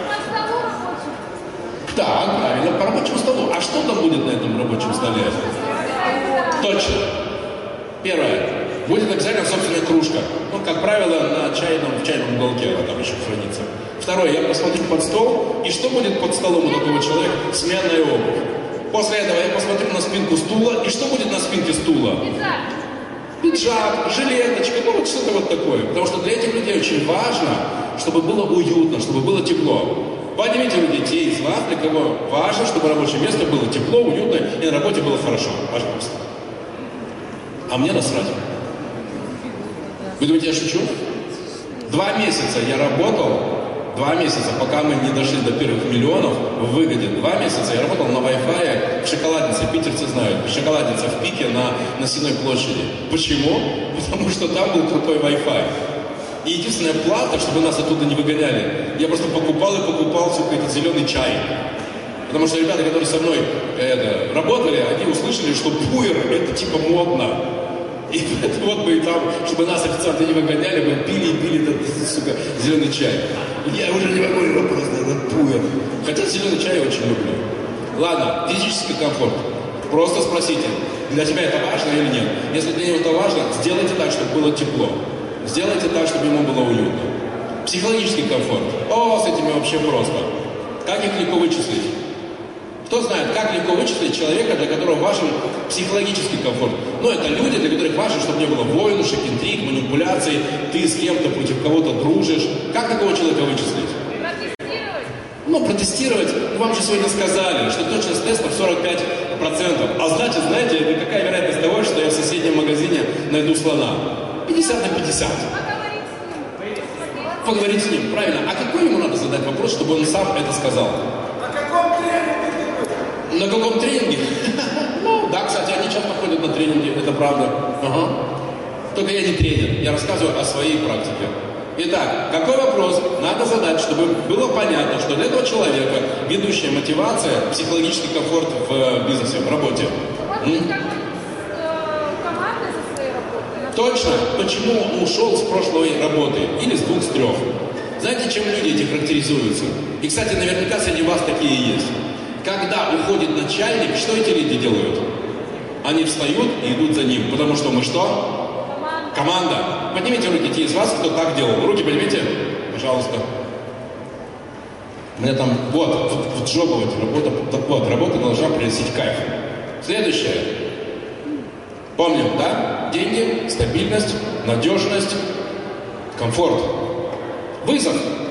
Так, правильно, по рабочему столу. А что там будет на этом рабочем столе? Точно. Первое. Будет обязательно собственная кружка. Ну, как правило, на чайном, в чайном уголке она там еще хранится. Второе. Я посмотрю под стол. И что будет под столом у такого человека? Сменная обувь. После этого я посмотрю на спинку стула. И что будет на спинке стула? Пиджак, жилеточка, ну вот что-то вот такое. Потому что для этих людей очень важно, чтобы было уютно, чтобы было тепло. Поднимите руки те из вас, для кого важно, чтобы рабочее место было тепло, уютно и на работе было хорошо. Пожалуйста. А мне насрать. Вы думаете, я шучу? Два месяца я работал, два месяца, пока мы не дошли до первых миллионов в выгоде. Два месяца я работал на Wi-Fi в Шоколаднице, питерцы знают, Шоколадница в Пике на, на Сенной площади. Почему? Потому что там был крутой Wi-Fi. И единственная плата, чтобы нас оттуда не выгоняли, я просто покупал и покупал все этот зеленый чай. Потому что ребята, которые со мной это, работали, они услышали, что пуэр это типа модно. И вот мы там, чтобы нас официанты не выгоняли, мы пили и пили этот, сука, зеленый чай. Я уже не могу его просто, этот пуэр. Хотя зеленый чай я очень люблю. Ладно, физический комфорт. Просто спросите, для тебя это важно или нет. Если для него это важно, сделайте так, чтобы было тепло. Сделайте так, чтобы ему было уютно. Психологический комфорт. О, с этими вообще просто. Как их легко вычислить? Кто знает, как легко вычислить человека, для которого важен психологический комфорт? Ну, это люди, для которых важно, чтобы не было войнушек, интриг, манипуляций, ты с кем-то против кого-то дружишь. Как такого человека вычислить? Протестировать? Ну, протестировать. Ну, вам же сегодня сказали, что точность тестов сорок пять процентов. А значит, знаете, какая вероятность того, что я в соседнем магазине найду слона? пятьдесят на пятьдесят. Поговорить с ним. Поговорить с ним, правильно. А какой ему надо задать вопрос, чтобы он сам это сказал? На каком тренинге? На каком тренинге? Ну, да, кстати, они часто ходят на тренинги, это правда. Ага. Только я не тренер, я рассказываю о своей практике. Итак, какой вопрос надо задать, чтобы было понятно, что для этого человека ведущая мотивация, психологический комфорт в бизнесе, в работе? Вот М? как он с э, командой со своей работой. Точно, почему он ушел с прошлой работы или с двух, с трех? Знаете, чем люди эти характеризуются? И, кстати, наверняка среди вас такие есть. Когда уходит начальник, что эти люди делают? Они встают и идут за ним, потому что мы что? Команда. Команда. Поднимите руки те из вас, кто так делал. Руки поднимите, пожалуйста. У меня там, вот, вот, вот жопа, вот, работа, так вот, работа должна приносить кайф. Следующее. Помним, да? Деньги, стабильность, надежность, комфорт. Вызов.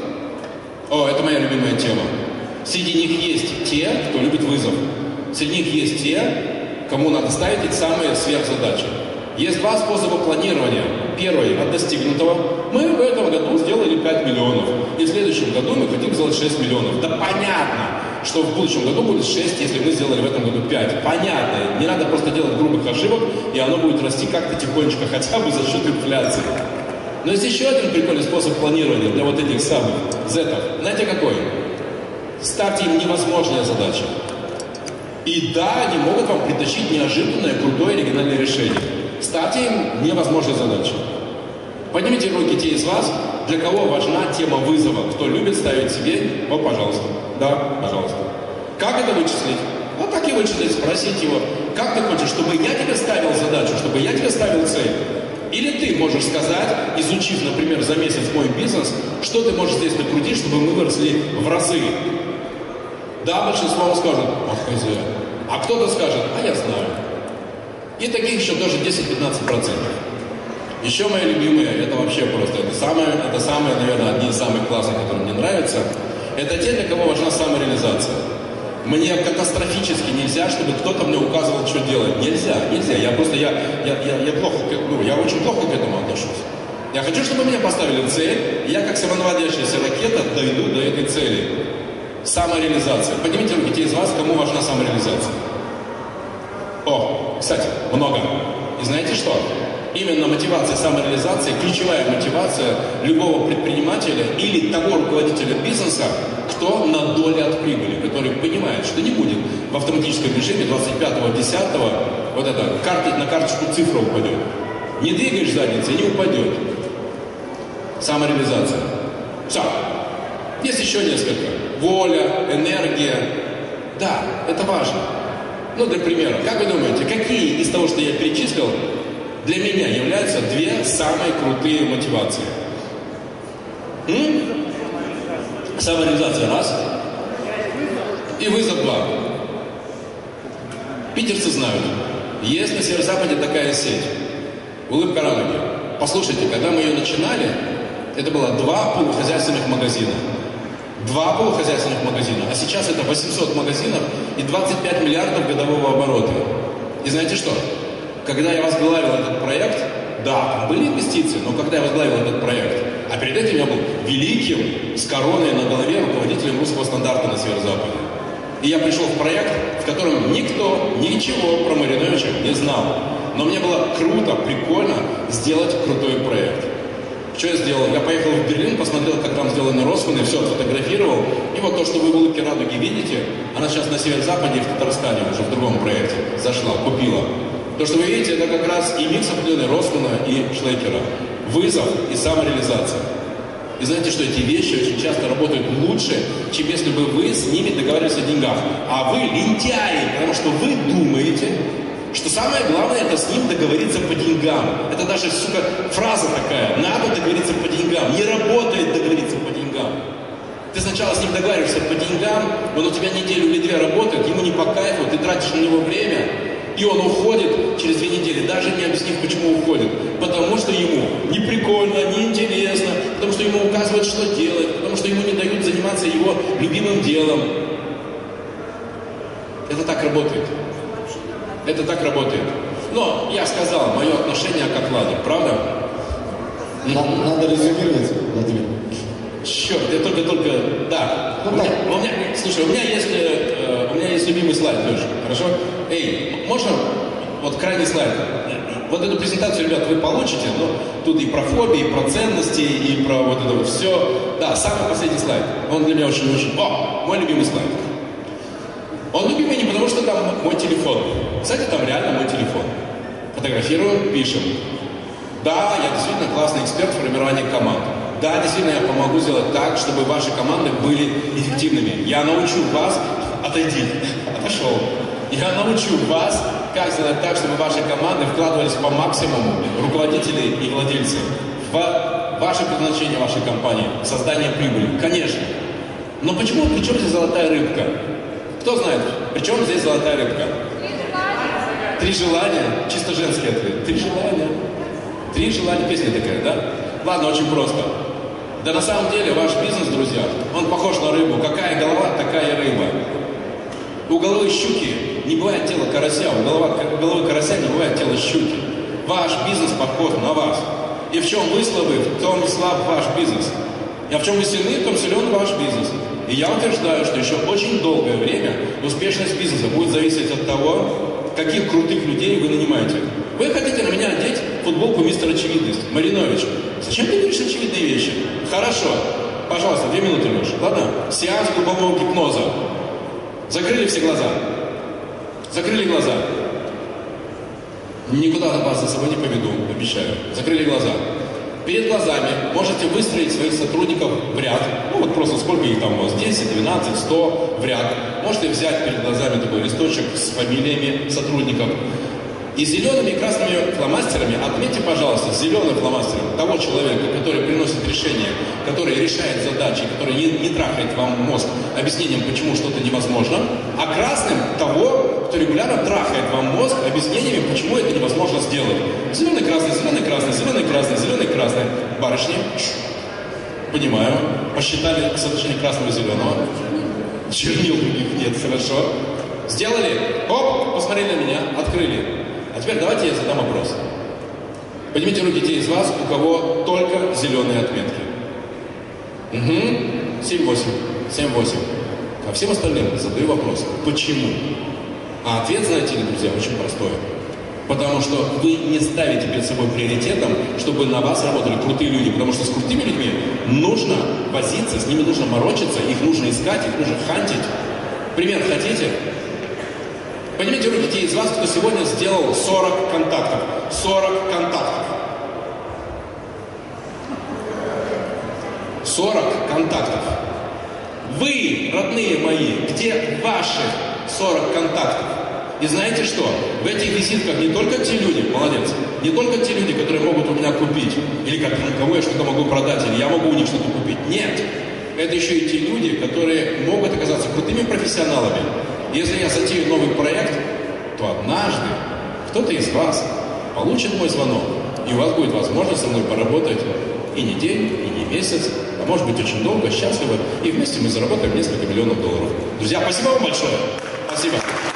О, это моя любимая тема. Среди них есть те, кто любит вызов. Среди них есть те, кому надо ставить эти самые сверхзадачи. Есть два способа планирования. Первый от достигнутого. Мы в этом году сделали пять миллионов. И в следующем году мы хотим сделать шесть миллионов. Да понятно, что в будущем году будет шесть, если мы сделали в этом году пять. Понятно. Не надо просто делать грубых ошибок, и оно будет расти как-то тихонечко, хотя бы за счет инфляции. Но есть еще один прикольный способ планирования для вот этих самых зетов. Знаете какой? Ставьте им невозможные задачи. И да, они могут вам притащить неожиданное, крутое, оригинальное решение. Ставьте им невозможные задачи. Поднимите руки те из вас, для кого важна тема вызова. Кто любит ставить себе, вот, пожалуйста. Да, пожалуйста. Как это вычислить? Вот так и вычислить, спросить его, как ты хочешь, чтобы я тебе ставил задачу, чтобы я тебе ставил цель? Или ты можешь сказать, изучив, например, за месяц мой бизнес, что ты можешь здесь накрутить, чтобы мы выросли в разы? Да, большинство вам скажут, ах, хозяин. А кто-то скажет, а я знаю. И таких еще тоже десять-пятнадцать процентов. Еще мои любимые, это вообще просто, это самое, это самые, наверное, одни из самых классных, которые мне нравятся. Это те, для кого важна самореализация. Мне катастрофически нельзя, чтобы кто-то мне указывал, что делать. Нельзя, нельзя. Я просто, я, я, я, я плохо, ну, я очень плохо к этому отношусь. Я хочу, чтобы мне поставили цель, и я, как самонаводящаяся ракета, дойду до этой цели. Самореализация. Поднимите руки те из вас, кому важна самореализация. О, кстати, много. И знаете что? Именно мотивация самореализации, ключевая мотивация любого предпринимателя или того руководителя бизнеса, кто на доле от прибыли, который понимает, что не будет в автоматическом режиме двадцать пятого десятого вот это карты, на карточку цифра упадет. Не двигаешь задницей, не упадет. Самореализация. Все. Есть еще несколько. Воля, энергия. Да, это важно. Ну, для примера, как вы думаете, какие из того, что я перечислил, для меня являются две самые крутые мотивации? М? Самореализация раз. И вызов два. Питерцы знают. Есть на северо-западе такая сеть. Улыбка Радуги. Послушайте, когда мы ее начинали, это было два полухозяйственных магазина. Два полухозяйственных магазина. А сейчас это восемьсот магазинов и двадцать пять миллиардов годового оборота. И знаете что? Когда я возглавил этот проект, да, там были инвестиции, но когда я возглавил этот проект, а перед этим я был великим, с короной на голове, руководителем русского стандарта на северо-западе. И я пришел в проект, в котором никто ничего про Мариновича не знал. Но мне было круто, прикольно сделать крутой проект. Что я сделал? Я поехал в Берлин, посмотрел, как там сделаны Росманы, все отфотографировал. И вот то, что вы в улыбке Радуги видите, она сейчас на северо-западе и в Татарстане, уже в другом проекте, зашла, купила. То, что вы видите, это как раз и микс определенный Росмана и Шлейкера. Вызов и самореализация. И знаете, что эти вещи очень часто работают лучше, чем если бы вы с ними договаривались о деньгах. А вы лентяи, потому что вы думаете, что самое главное это с ним договориться по деньгам. Это даже, сука, фраза такая. Надо договориться по деньгам. Не работает договориться по деньгам. Ты сначала с ним договариваешься по деньгам, он у тебя неделю или две работает, ему не по кайфу, ты тратишь на него время, и он уходит через две недели, даже не объяснив, почему уходит. Потому что ему не прикольно, не интересно, потому что ему указывают, что делать, потому что ему не дают заниматься его любимым делом. Это так работает. Это так работает. Но я сказал, мое отношение к окладу, правда? Нам надо резюмировать, Владимир. Черт, я только-только... Да. Ну, у, меня, так. у меня, слушай, у меня есть, э, у меня есть любимый слайд, Леша, хорошо? Эй, можно вот крайний слайд? Вот эту презентацию, ребят, вы получите, но тут и про фобии, и про ценности, и про вот это вот все. Да, самый последний слайд. Он для меня очень-очень... О, мой любимый слайд. Он любимый не потому, что там мой телефон. Кстати, там реально мой телефон. Фотографируем, пишем. Да, я действительно классный эксперт в формировании команд. Да, действительно, я помогу сделать так, чтобы ваши команды были эффективными. Я научу вас... Отойди. Отошел. Я научу вас, как сделать так, чтобы ваши команды вкладывались по максимуму, руководители и владельцы, в ваше предназначение вашей компании, в создание прибыли. Конечно. Но почему, при чем здесь золотая рыбка? Кто знает, при чем здесь золотая рыбка? Три желания. Чисто женский ответ. Три желания. Три желания. Песня такая, да? Ладно, очень просто. Да на самом деле ваш бизнес, друзья, он похож на рыбу. Какая голова, такая рыба. У головы щуки не бывает тела карася, у головы, у головы карася не бывает тела щуки. Ваш бизнес похож на вас. И в чем вы слабы, в том слаб ваш бизнес. И в чем вы сильны, в том силен ваш бизнес. И я утверждаю, что еще очень долгое время успешность бизнеса будет зависеть от того, каких крутых людей вы нанимаете. Вы хотите на меня одеть футболку мистер Очевидность? Маринович, зачем ты говоришь очевидные вещи? Хорошо. Пожалуйста, две минуты, Леша. Ладно? Сеанс глубокого гипноза. Закрыли все глаза. Закрыли глаза. Никуда вас за собой не поведу, обещаю. Закрыли глаза. Перед глазами можете выстроить своих сотрудников в ряд. Ну вот просто сколько их там у вас? десять, двенадцать, сто в ряд. Можете взять перед глазами такой листочек с фамилиями сотрудников. И зелеными и красными фломастерами отметьте, пожалуйста, зеленым фломастером того человека, который приносит решение, который решает задачи, который не, не трахает вам мозг объяснением, почему что-то невозможно, а красным того, кто регулярно трахает вам мозг объяснениями, почему это невозможно сделать. Зеленый, красный, зеленый, красный, зеленый, красный, зеленый, красный. Барышни, понимаю, посчитали соотношение красного и зеленого. Чернил у них нет, хорошо. Сделали, оп, посмотрели на меня, открыли. А теперь давайте я задам вопрос. Поднимите руки те из вас, у кого только зеленые отметки. Угу. семь-восемь. семь-восемь. А всем остальным задаю вопрос. Почему? А ответ, знаете ли, друзья, очень простой. Потому что вы не ставите перед собой приоритетом, чтобы на вас работали крутые люди. Потому что с крутыми людьми нужно возиться, с ними нужно морочиться, их нужно искать, их нужно хантить. Пример хотите? Поднимите руки те из вас, кто сегодня сделал сорок контактов. сорок контактов. сорок контактов. Вы, родные мои, где ваши сорок контактов? И знаете что? В этих визитках не только те люди, молодец, не только те люди, которые могут у меня купить, или как, кому я что-то могу продать, или я могу у них что-то купить. Нет. Это еще и те люди, которые могут оказаться крутыми профессионалами. Если я затею новый проект, то однажды кто-то из вас получит мой звонок, и у вас будет возможность со мной поработать и не день, и не месяц, а может быть очень долго, счастливо, и вместе мы заработаем несколько миллионов долларов. Друзья, спасибо вам большое. Спасибо.